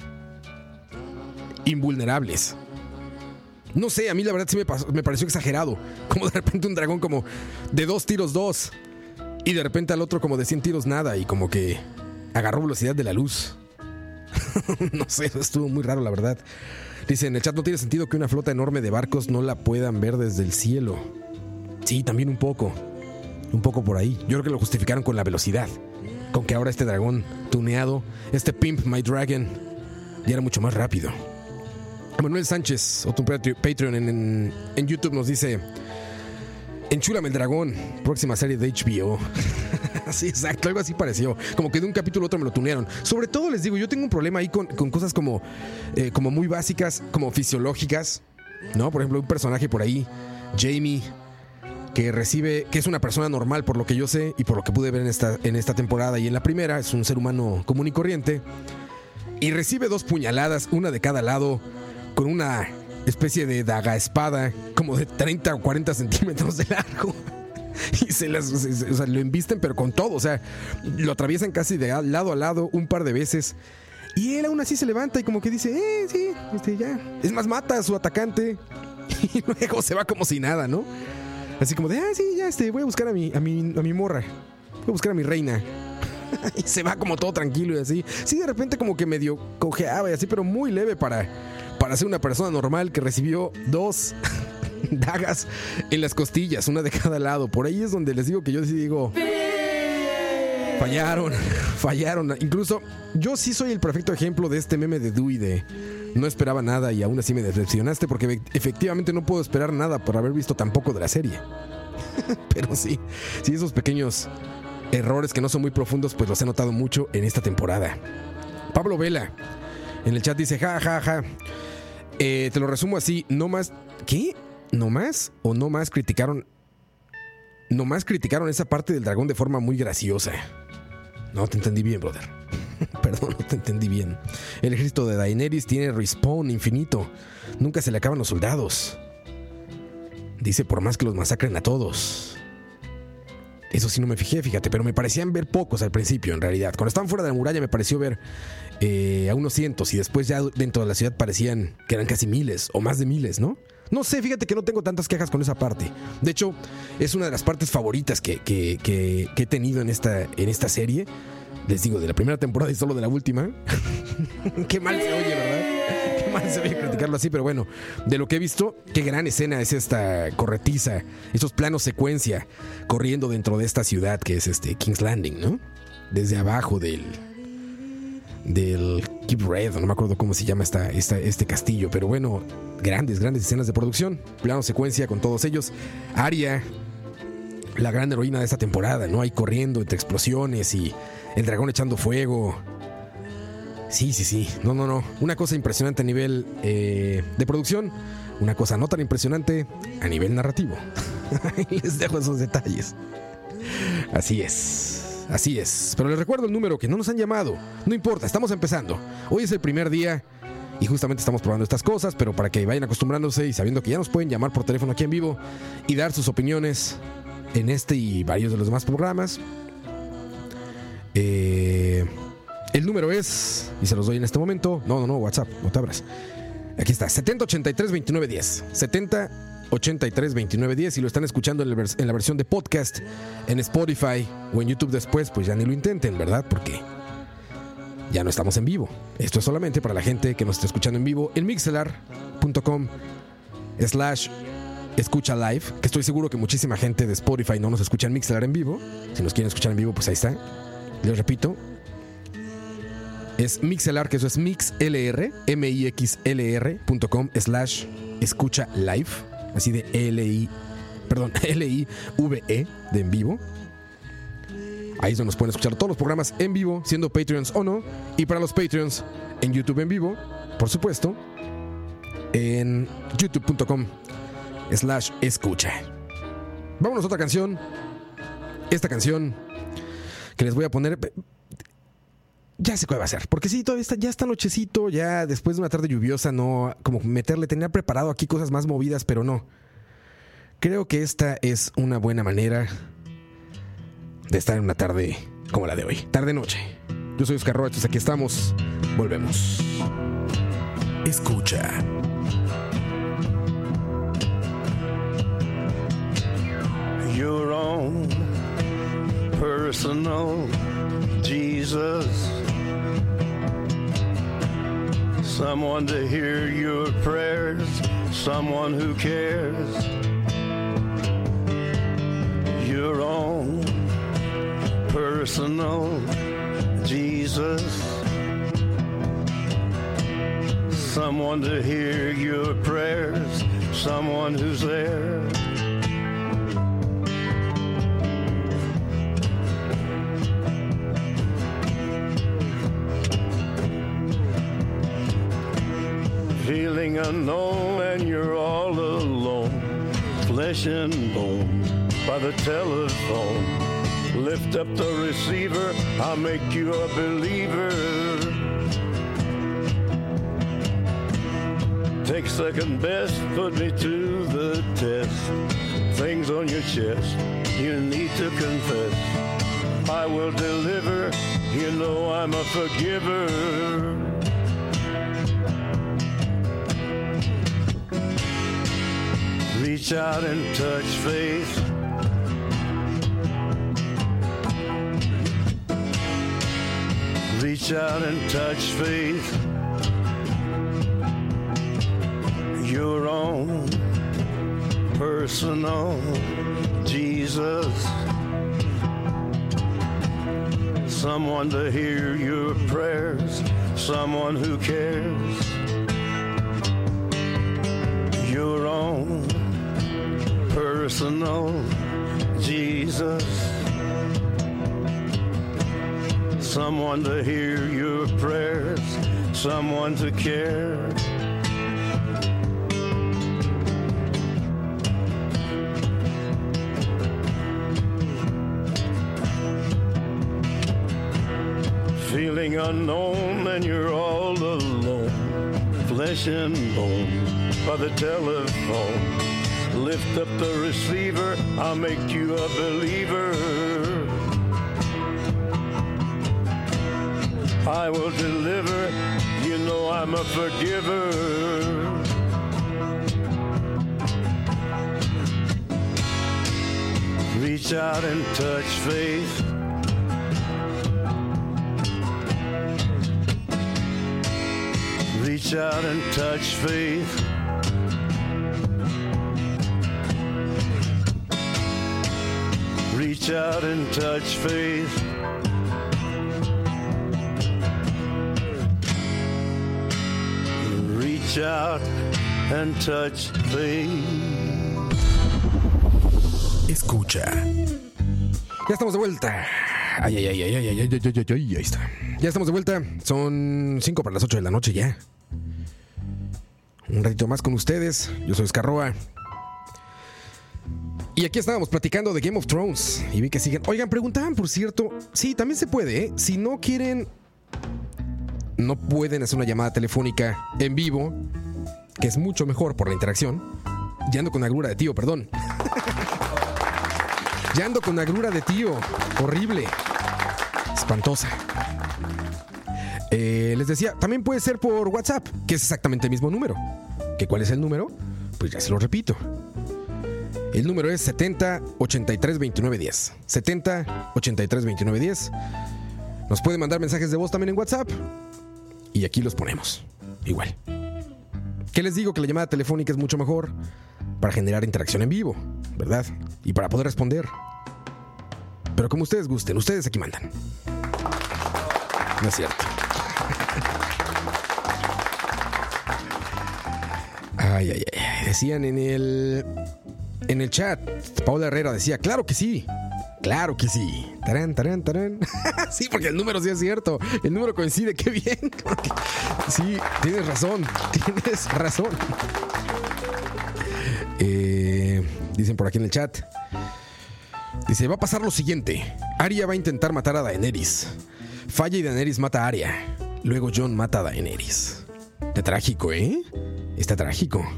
Speaker 1: invulnerables. No sé, a mí la verdad sí me, pasó, me pareció exagerado. Como de repente un dragón como de dos tiros dos y de repente al otro como de cien tiros nada y como que agarró velocidad de la luz. No sé, estuvo muy raro la verdad. Dice en el chat, no tiene sentido que una flota enorme de barcos no la puedan ver desde el cielo. Sí, también un poco. Un poco por ahí. Yo creo que lo justificaron con la velocidad. Con que ahora este dragón tuneado, este Pimp My Dragon, ya era mucho más rápido. Manuel Sánchez, otro Patreon en, en, en YouTube, nos dice: enchúlame el dragón, próxima serie de H B O. Sí, exacto, algo así pareció. Como que de un capítulo a otro me lo tunearon. Sobre todo les digo, yo tengo un problema ahí con, con cosas como, eh, como muy básicas, como fisiológicas, ¿no? Por ejemplo, un personaje por ahí, Jamie, que recibe, que es una persona normal por lo que yo sé y por lo que pude ver en esta, en esta temporada y en la primera, es un ser humano común y corriente, y recibe dos puñaladas, una de cada lado, con una especie de daga espada como de treinta o cuarenta centímetros de largo. Y se las, se, o sea, lo embisten pero con todo, o sea, lo atraviesan casi de lado a lado un par de veces. Y él aún así se levanta y como que dice, eh, sí, este, ya. Es más, mata a su atacante y luego se va como si nada, ¿no? Así como de, ah, sí, ya, este, voy a buscar a mi, a mi, a mi morra. Voy a buscar a mi reina. Y se va como todo tranquilo y así. Sí, de repente como que medio cojeaba y así, pero muy leve para, para ser una persona normal que recibió dos dagas en las costillas, una de cada lado. Por ahí es donde les digo que yo sí digo, fallaron, fallaron. Incluso yo sí soy el perfecto ejemplo de este meme de Dewey de no esperaba nada y aún así me decepcionaste, porque efectivamente no puedo esperar nada por haber visto tampoco de la serie. Pero sí, sí, esos pequeños errores que no son muy profundos, pues los he notado mucho en esta temporada. Pablo Vela en el chat dice, ja, ja, ja. Eh, te lo resumo así, no más... ¿Qué? ¿No más? ¿O no más criticaron? No más criticaron esa parte del dragón de forma muy graciosa. No te entendí bien, brother. Perdón, no te entendí bien. El ejército de Daenerys tiene respawn infinito. Nunca se le acaban los soldados. Dice, por más que los masacren a todos. Eso sí no me fijé, fíjate, pero me parecían ver pocos al principio, en realidad. Cuando estaban fuera de la muralla me pareció ver eh, a unos cientos y después ya dentro de la ciudad parecían que eran casi miles o más de miles, ¿no? No sé, fíjate que no tengo tantas quejas con esa parte. De hecho, es una de las partes favoritas que, que, que, que he tenido en esta, en esta serie. Les digo, de la primera temporada y solo de la última. Qué mal se oye, ¿verdad? Qué mal se oye criticarlo así, pero bueno, de lo que he visto, qué gran escena es esta corretiza, esos planos secuencia corriendo dentro de esta ciudad que es este King's Landing, ¿no? Desde abajo del del Keep Red, no me acuerdo cómo se llama esta, esta, este castillo, pero bueno, grandes, grandes escenas de producción, plano secuencia con todos ellos. Arya, la gran heroína de esta temporada, ¿no? Ahí corriendo entre explosiones y el dragón echando fuego. Sí, sí, sí. No, no, no. Una cosa impresionante a nivel eh, de producción. Una cosa no tan impresionante a nivel narrativo. Les dejo esos detalles. Así es. Así es. Pero les recuerdo el número que no nos han llamado. No importa, estamos empezando. Hoy es el primer día y justamente estamos probando estas cosas, pero para que vayan acostumbrándose y sabiendo que ya nos pueden llamar por teléfono aquí en vivo y dar sus opiniones en este y varios de los demás programas. Eh, el número es, y se los doy en este momento. No, no, no, WhatsApp, no te abras. Aquí está, setenta ochenta y tres veintinueve diez. setenta ochenta y tres veintinueve diez. Si lo están escuchando en la, vers- en la versión de podcast en Spotify o en YouTube después, pues ya ni lo intenten, ¿verdad? Porque ya no estamos en vivo. Esto es solamente para la gente que nos está escuchando en vivo en mixelar punto com slash escucha live, que estoy seguro que muchísima gente de Spotify no nos escucha en Mixelar en vivo. Si nos quieren escuchar en vivo, pues ahí está. Les repito, es Mixelar, que eso es mixlr, m i x l r punto com slash escucha live, así de L I, perdón, L I V E de en vivo. Ahí es donde nos pueden escuchar todos los programas en vivo, siendo Patreons o no. Y para los Patreons, en YouTube en vivo, por supuesto, en youtube punto com slash escucha. Vámonos a otra canción. Esta canción que les voy a poner, ya sé cuál va a ser, porque sí, todavía está, ya está nochecito, ya después de una tarde lluviosa, no, como meterle, tenía preparado aquí cosas más movidas, pero no. Creo que esta es una buena manera de estar en una tarde como la de hoy, tarde-noche. Yo soy Oscar Roa, entonces aquí estamos, volvemos. Escucha.
Speaker 2: Your own personal Jesus, someone to hear your prayers, someone who cares. Your own personal Jesus, someone to hear your prayers, someone who's there. Feeling unknown and you're all alone, flesh and bone by the telephone. Lift up the receiver, I'll make you a believer. Take second best, put me to the test. Things on your chest, you need to confess. I will deliver, you know I'm a forgiver. Reach out and touch faith. Reach out and touch faith. Your own personal Jesus. Someone to hear your prayers, someone who cares. Your own personal Jesus, someone to hear your prayers, someone to care. Feeling unknown and you're all alone, flesh and bone by the telephone. Lift up the receiver, I'll make you a believer. I will deliver. You know I'm a forgiver. Reach out and touch faith. Reach out and touch faith. Reach out and touch faith. Reach out and touch faith.
Speaker 1: Escucha. Ya estamos de vuelta. Ay, ay, ay, ay, ay, ay, ay, ay, ay, ay, ahí está. Ya estamos de vuelta. Son cinco para las ocho de la noche ya. Un ratito más con ustedes. Yo soy Oscar Roa. Y aquí estábamos platicando de Game of Thrones. Y vi que siguen. Oigan, preguntaban, por cierto. Sí, también se puede, ¿eh? Si no quieren, no pueden hacer una llamada telefónica en vivo, que es mucho mejor por la interacción. Ya ando con agrura de tío, perdón. Ya ando con agrura de tío. Horrible. Espantosa. Eh, les decía, también puede ser por WhatsApp, que es exactamente el mismo número. ¿Que cuál es el número? Pues ya se lo repito. El número es setenta ochenta y tres veintinueve diez. setenta ochenta y tres veintinueve diez. Nos pueden mandar mensajes de voz también en WhatsApp. Y aquí los ponemos. Igual. ¿Qué les digo? Que la llamada telefónica es mucho mejor para generar interacción en vivo, ¿verdad? Y para poder responder. Pero como ustedes gusten, ustedes aquí mandan. No es cierto. Ay, ay, ay. Decían en el... En el chat, Paula Herrera decía, claro que sí, claro que sí. Tarán, tarán, tarán. Sí, porque el número sí es cierto. El número coincide, qué bien. Sí, tienes razón, tienes razón. Eh, dicen por aquí en el chat. Dice, va a pasar lo siguiente. Arya va a intentar matar a Daenerys. Falla y Daenerys mata a Arya. Luego Jon mata a Daenerys. Está trágico, ¿eh? Está trágico.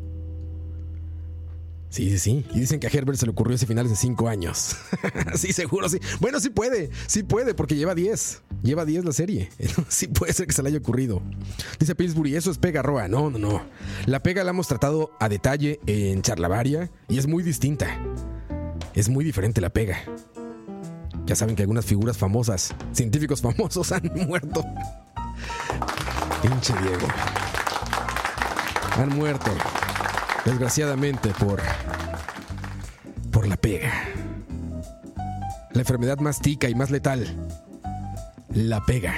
Speaker 1: Sí, sí, sí. Y dicen que a Herbert se le ocurrió ese final hace cinco años. Sí, seguro, sí. Bueno, sí puede. Sí puede, porque lleva diez. Lleva diez la serie. Sí puede ser que se le haya ocurrido. Dice Pillsbury, eso es pega, Roa. No, no, no. La pega la hemos tratado a detalle en Charlavaria y es muy distinta. Es muy diferente la pega. Ya saben que algunas figuras famosas, científicos famosos, han muerto. Pinche Diego. Han muerto. Desgraciadamente por por la pega. La enfermedad más tica y más letal. La pega.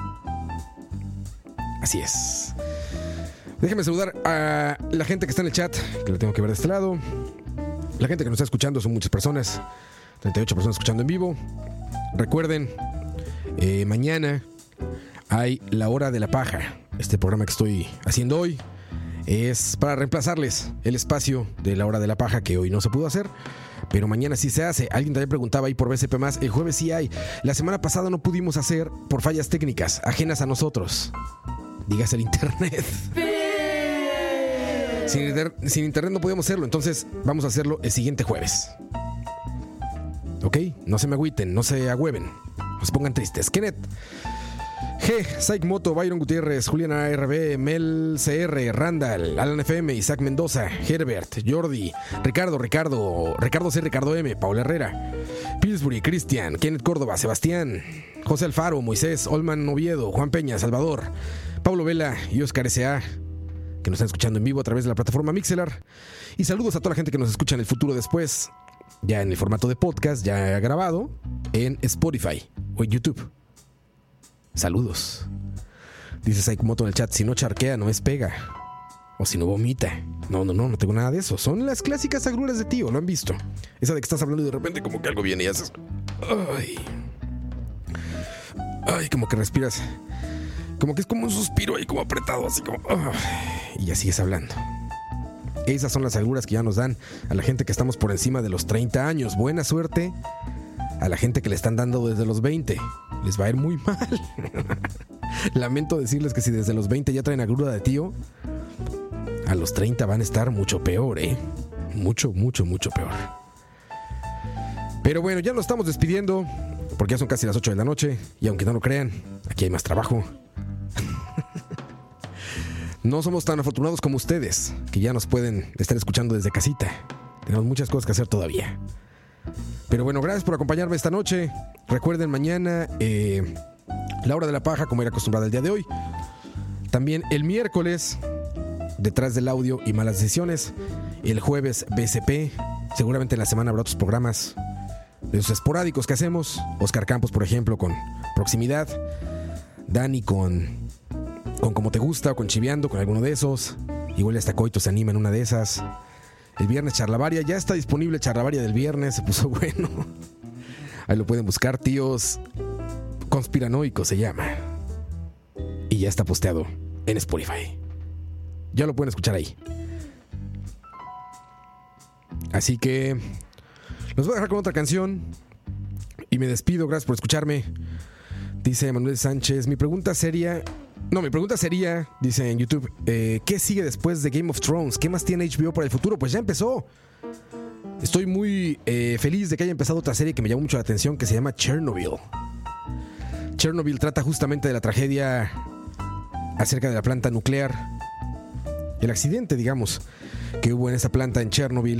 Speaker 1: Así es. Déjenme saludar a la gente que está en el chat, que la tengo que ver de este lado. La gente que nos está escuchando son muchas personas. treinta y ocho personas escuchando en vivo. Recuerden, eh, mañana hay La Hora de la Paja. Este programa que estoy haciendo hoy es para reemplazarles el espacio de La Hora de la Paja que hoy no se pudo hacer, pero mañana sí se hace. Alguien también preguntaba ahí por B C P más. El jueves sí hay. La semana pasada no pudimos hacer por fallas técnicas ajenas a nosotros. Dígase el internet. Sin, inter- sin internet no podíamos hacerlo, entonces vamos a hacerlo el siguiente jueves. ¿Ok? No se me agüiten, no se agüeven, no se pongan tristes. Kenneth G, Saik Moto, Byron Gutiérrez, Julián A R B, Mel C R, Randall, Alan F M, Isaac Mendoza, Herbert, Jordi, Ricardo, Ricardo, Ricardo C, Ricardo M, Paula Herrera, Pillsbury, Cristian, Kenneth Córdoba, Sebastián, José Alfaro, Moisés, Olman Oviedo, Juan Peña, Salvador, Pablo Vela y Oscar S A, que nos están escuchando en vivo a través de la plataforma Mixelar. Y saludos a toda la gente que nos escucha en el futuro después, ya en el formato de podcast, ya grabado, en Spotify o en YouTube. Saludos. Dice Saikumoto en el chat, si no charquea no es pega. O si no vomita. No, no, no, no tengo nada de eso. Son las clásicas agruras de tío, lo han visto. Esa de que estás hablando y de repente como que algo viene y haces... Ay. Ay, como que respiras. Como que es como un suspiro ahí como apretado, así como... Ay. Y ya sigues hablando. Esas son las agruras que ya nos dan a la gente que estamos por encima de los treinta años. Buena suerte a la gente que le están dando desde los veinte. Les va a ir muy mal. Lamento decirles que si desde los veinte ya traen agrura de tío, a los treinta van a estar mucho peor, ¿eh? Mucho, mucho, mucho peor. Pero bueno, ya nos estamos despidiendo. porque ya son casi las ocho de la noche y aunque no lo crean, aquí hay más trabajo. No somos tan afortunados como ustedes, que ya nos pueden estar escuchando desde casita. Tenemos muchas cosas que hacer todavía. Pero bueno, gracias por acompañarme esta noche. Recuerden, mañana eh, la hora de la paja, como era acostumbrada el día de hoy. También el miércoles, Detrás del Audio y Malas Decisiones. El jueves, B C P. Seguramente en la semana habrá otros programas de esos esporádicos que hacemos. Oscar Campos, por ejemplo, con Proximidad. Dani con, con Como Te Gusta o con Chiviando, con alguno de esos. Igual hasta Coito se anima en una de esas. El viernes Charlavaria, ya está disponible Charlavaria del viernes, se puso bueno. Ahí lo pueden buscar, Tíos Conspiranoicos se llama. Y ya está posteado en Spotify. Ya lo pueden escuchar ahí. Así que los voy a dejar con otra canción y me despido, gracias por escucharme. Dice Manuel Sánchez, mi pregunta sería... No, mi pregunta sería, dice en YouTube, eh, ¿qué sigue después de Game of Thrones? ¿Qué más tiene H B O para el futuro? Pues ya empezó. Estoy muy eh, feliz de que haya empezado otra serie que me llamó mucho la atención, que se llama Chernobyl. Chernobyl trata justamente de la tragedia acerca de la planta nuclear. El accidente, digamos, que hubo en esa planta en Chernobyl.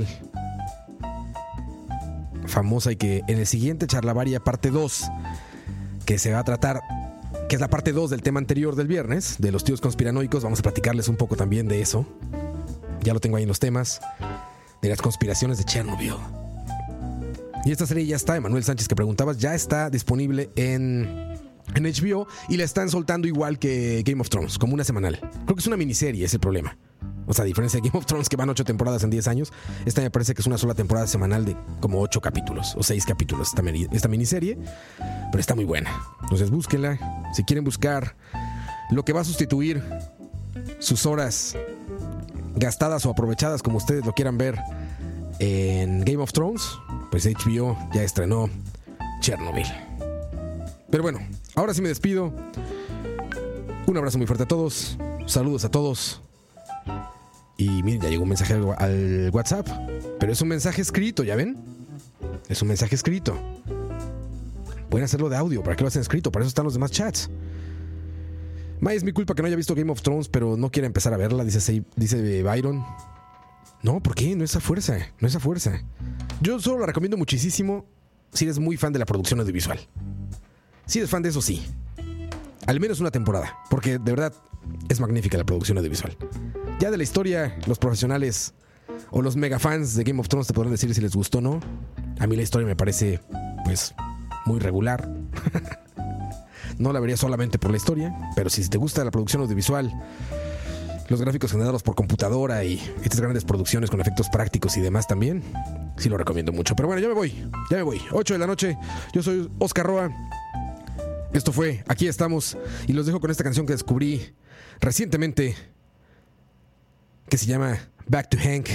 Speaker 1: Famosa, y que en el siguiente Charlavaria parte dos, que se va a tratar... que es la parte dos del tema anterior del viernes, de los tíos conspiranoicos. Vamos a platicarles un poco también de eso. Ya lo tengo ahí en los temas, de las conspiraciones de Chernobyl. Y esta serie ya está, Emanuel Sánchez, que preguntabas, ya está disponible en, en H B O y la están soltando igual que Game of Thrones, como una semanal. Creo que es una miniserie, es el problema. O sea, a diferencia de Game of Thrones, que van ocho temporadas en diez años, esta me parece que es una sola temporada semanal de como ocho capítulos o seis capítulos esta, esta miniserie, pero está muy buena. Entonces búsquenla. Si quieren buscar lo que va a sustituir sus horas gastadas o aprovechadas, como ustedes lo quieran ver, en Game of Thrones, pues H B O ya estrenó Chernobyl. Pero bueno, ahora sí me despido. Un abrazo muy fuerte a todos. Saludos a todos. Y miren, ya llegó un mensaje al, al WhatsApp, pero es un mensaje escrito, ¿ya ven? Es un mensaje escrito. Pueden hacerlo de audio, ¿para qué lo hacen escrito? Para eso están los demás chats. May, es mi culpa que no haya visto Game of Thrones, pero no quiere empezar a verla, dice, dice Byron. No, ¿por qué? No es a fuerza, no es a fuerza. Yo solo la recomiendo muchísimo si eres muy fan de la producción audiovisual. Si eres fan de eso, sí. Al menos una temporada, porque de verdad es magnífica la producción audiovisual. Ya de la historia, los profesionales o los mega fans de Game of Thrones te podrán decir si les gustó o no. A mí la historia me parece, pues, muy regular. No la vería solamente por la historia, pero si te gusta la producción audiovisual, los gráficos generados por computadora y estas grandes producciones con efectos prácticos y demás también, sí lo recomiendo mucho. Pero bueno, ya me voy, ya me voy. ocho de la noche, yo soy Oscar Roa. Esto fue Aquí Estamos y los dejo con esta canción que descubrí recientemente, que se llama Back to Hank.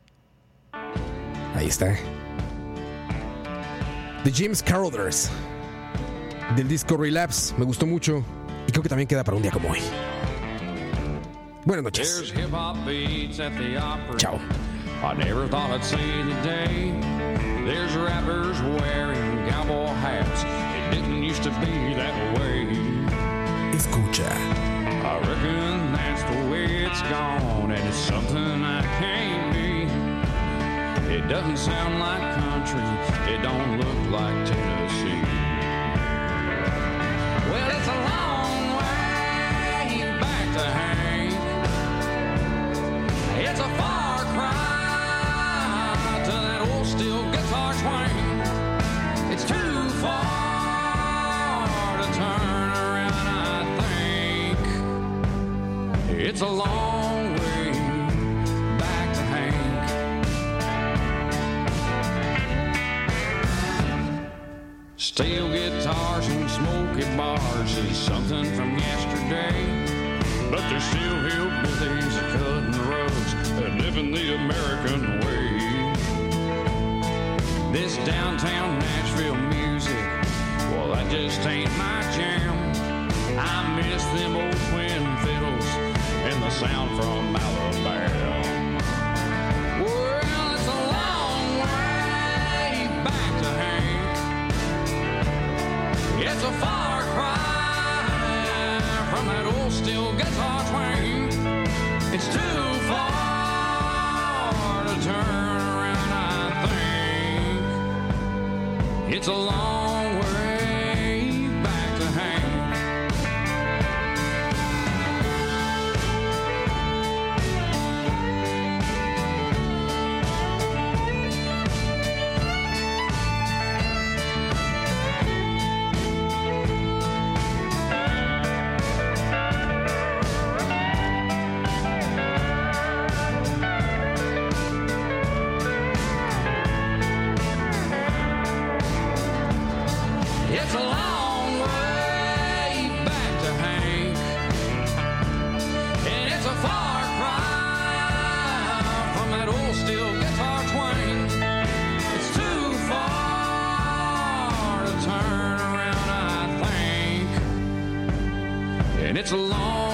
Speaker 1: Ahí está. The James Carothers, del disco Relapse. Me gustó mucho y creo que también queda para un día como hoy. Buenas noches. Chao.
Speaker 4: I never thought I'd see the day. There's rappers wearing cowboy hats. It didn't used to be that way.
Speaker 1: Escucha.
Speaker 4: I reckon that's the way it's gone, and it's something I can't be. It doesn't sound like country, it don't look like Tennessee. Well, it's a long way back to Hank. It's a far cry to that old steel guitar twang. It's too far to turn around, I think. It's a long way back to Hank. Steel guitars and smoky bars is something from yesterday. But there's still hillbillies cutting the roads and living the American way. This downtown Nashville music, well, that just ain't my jam. I miss them old twin fiddles and the sound from Alabama. Well, it's a long way back to Hank. it's a far cry from that old steel guitar twang. It's too far to turn around, I think. It's a long way back to Hank. It's a long way back to Hank, and it's a far cry from that old steel guitar twang. It's too far to turn around, I think, and it's a long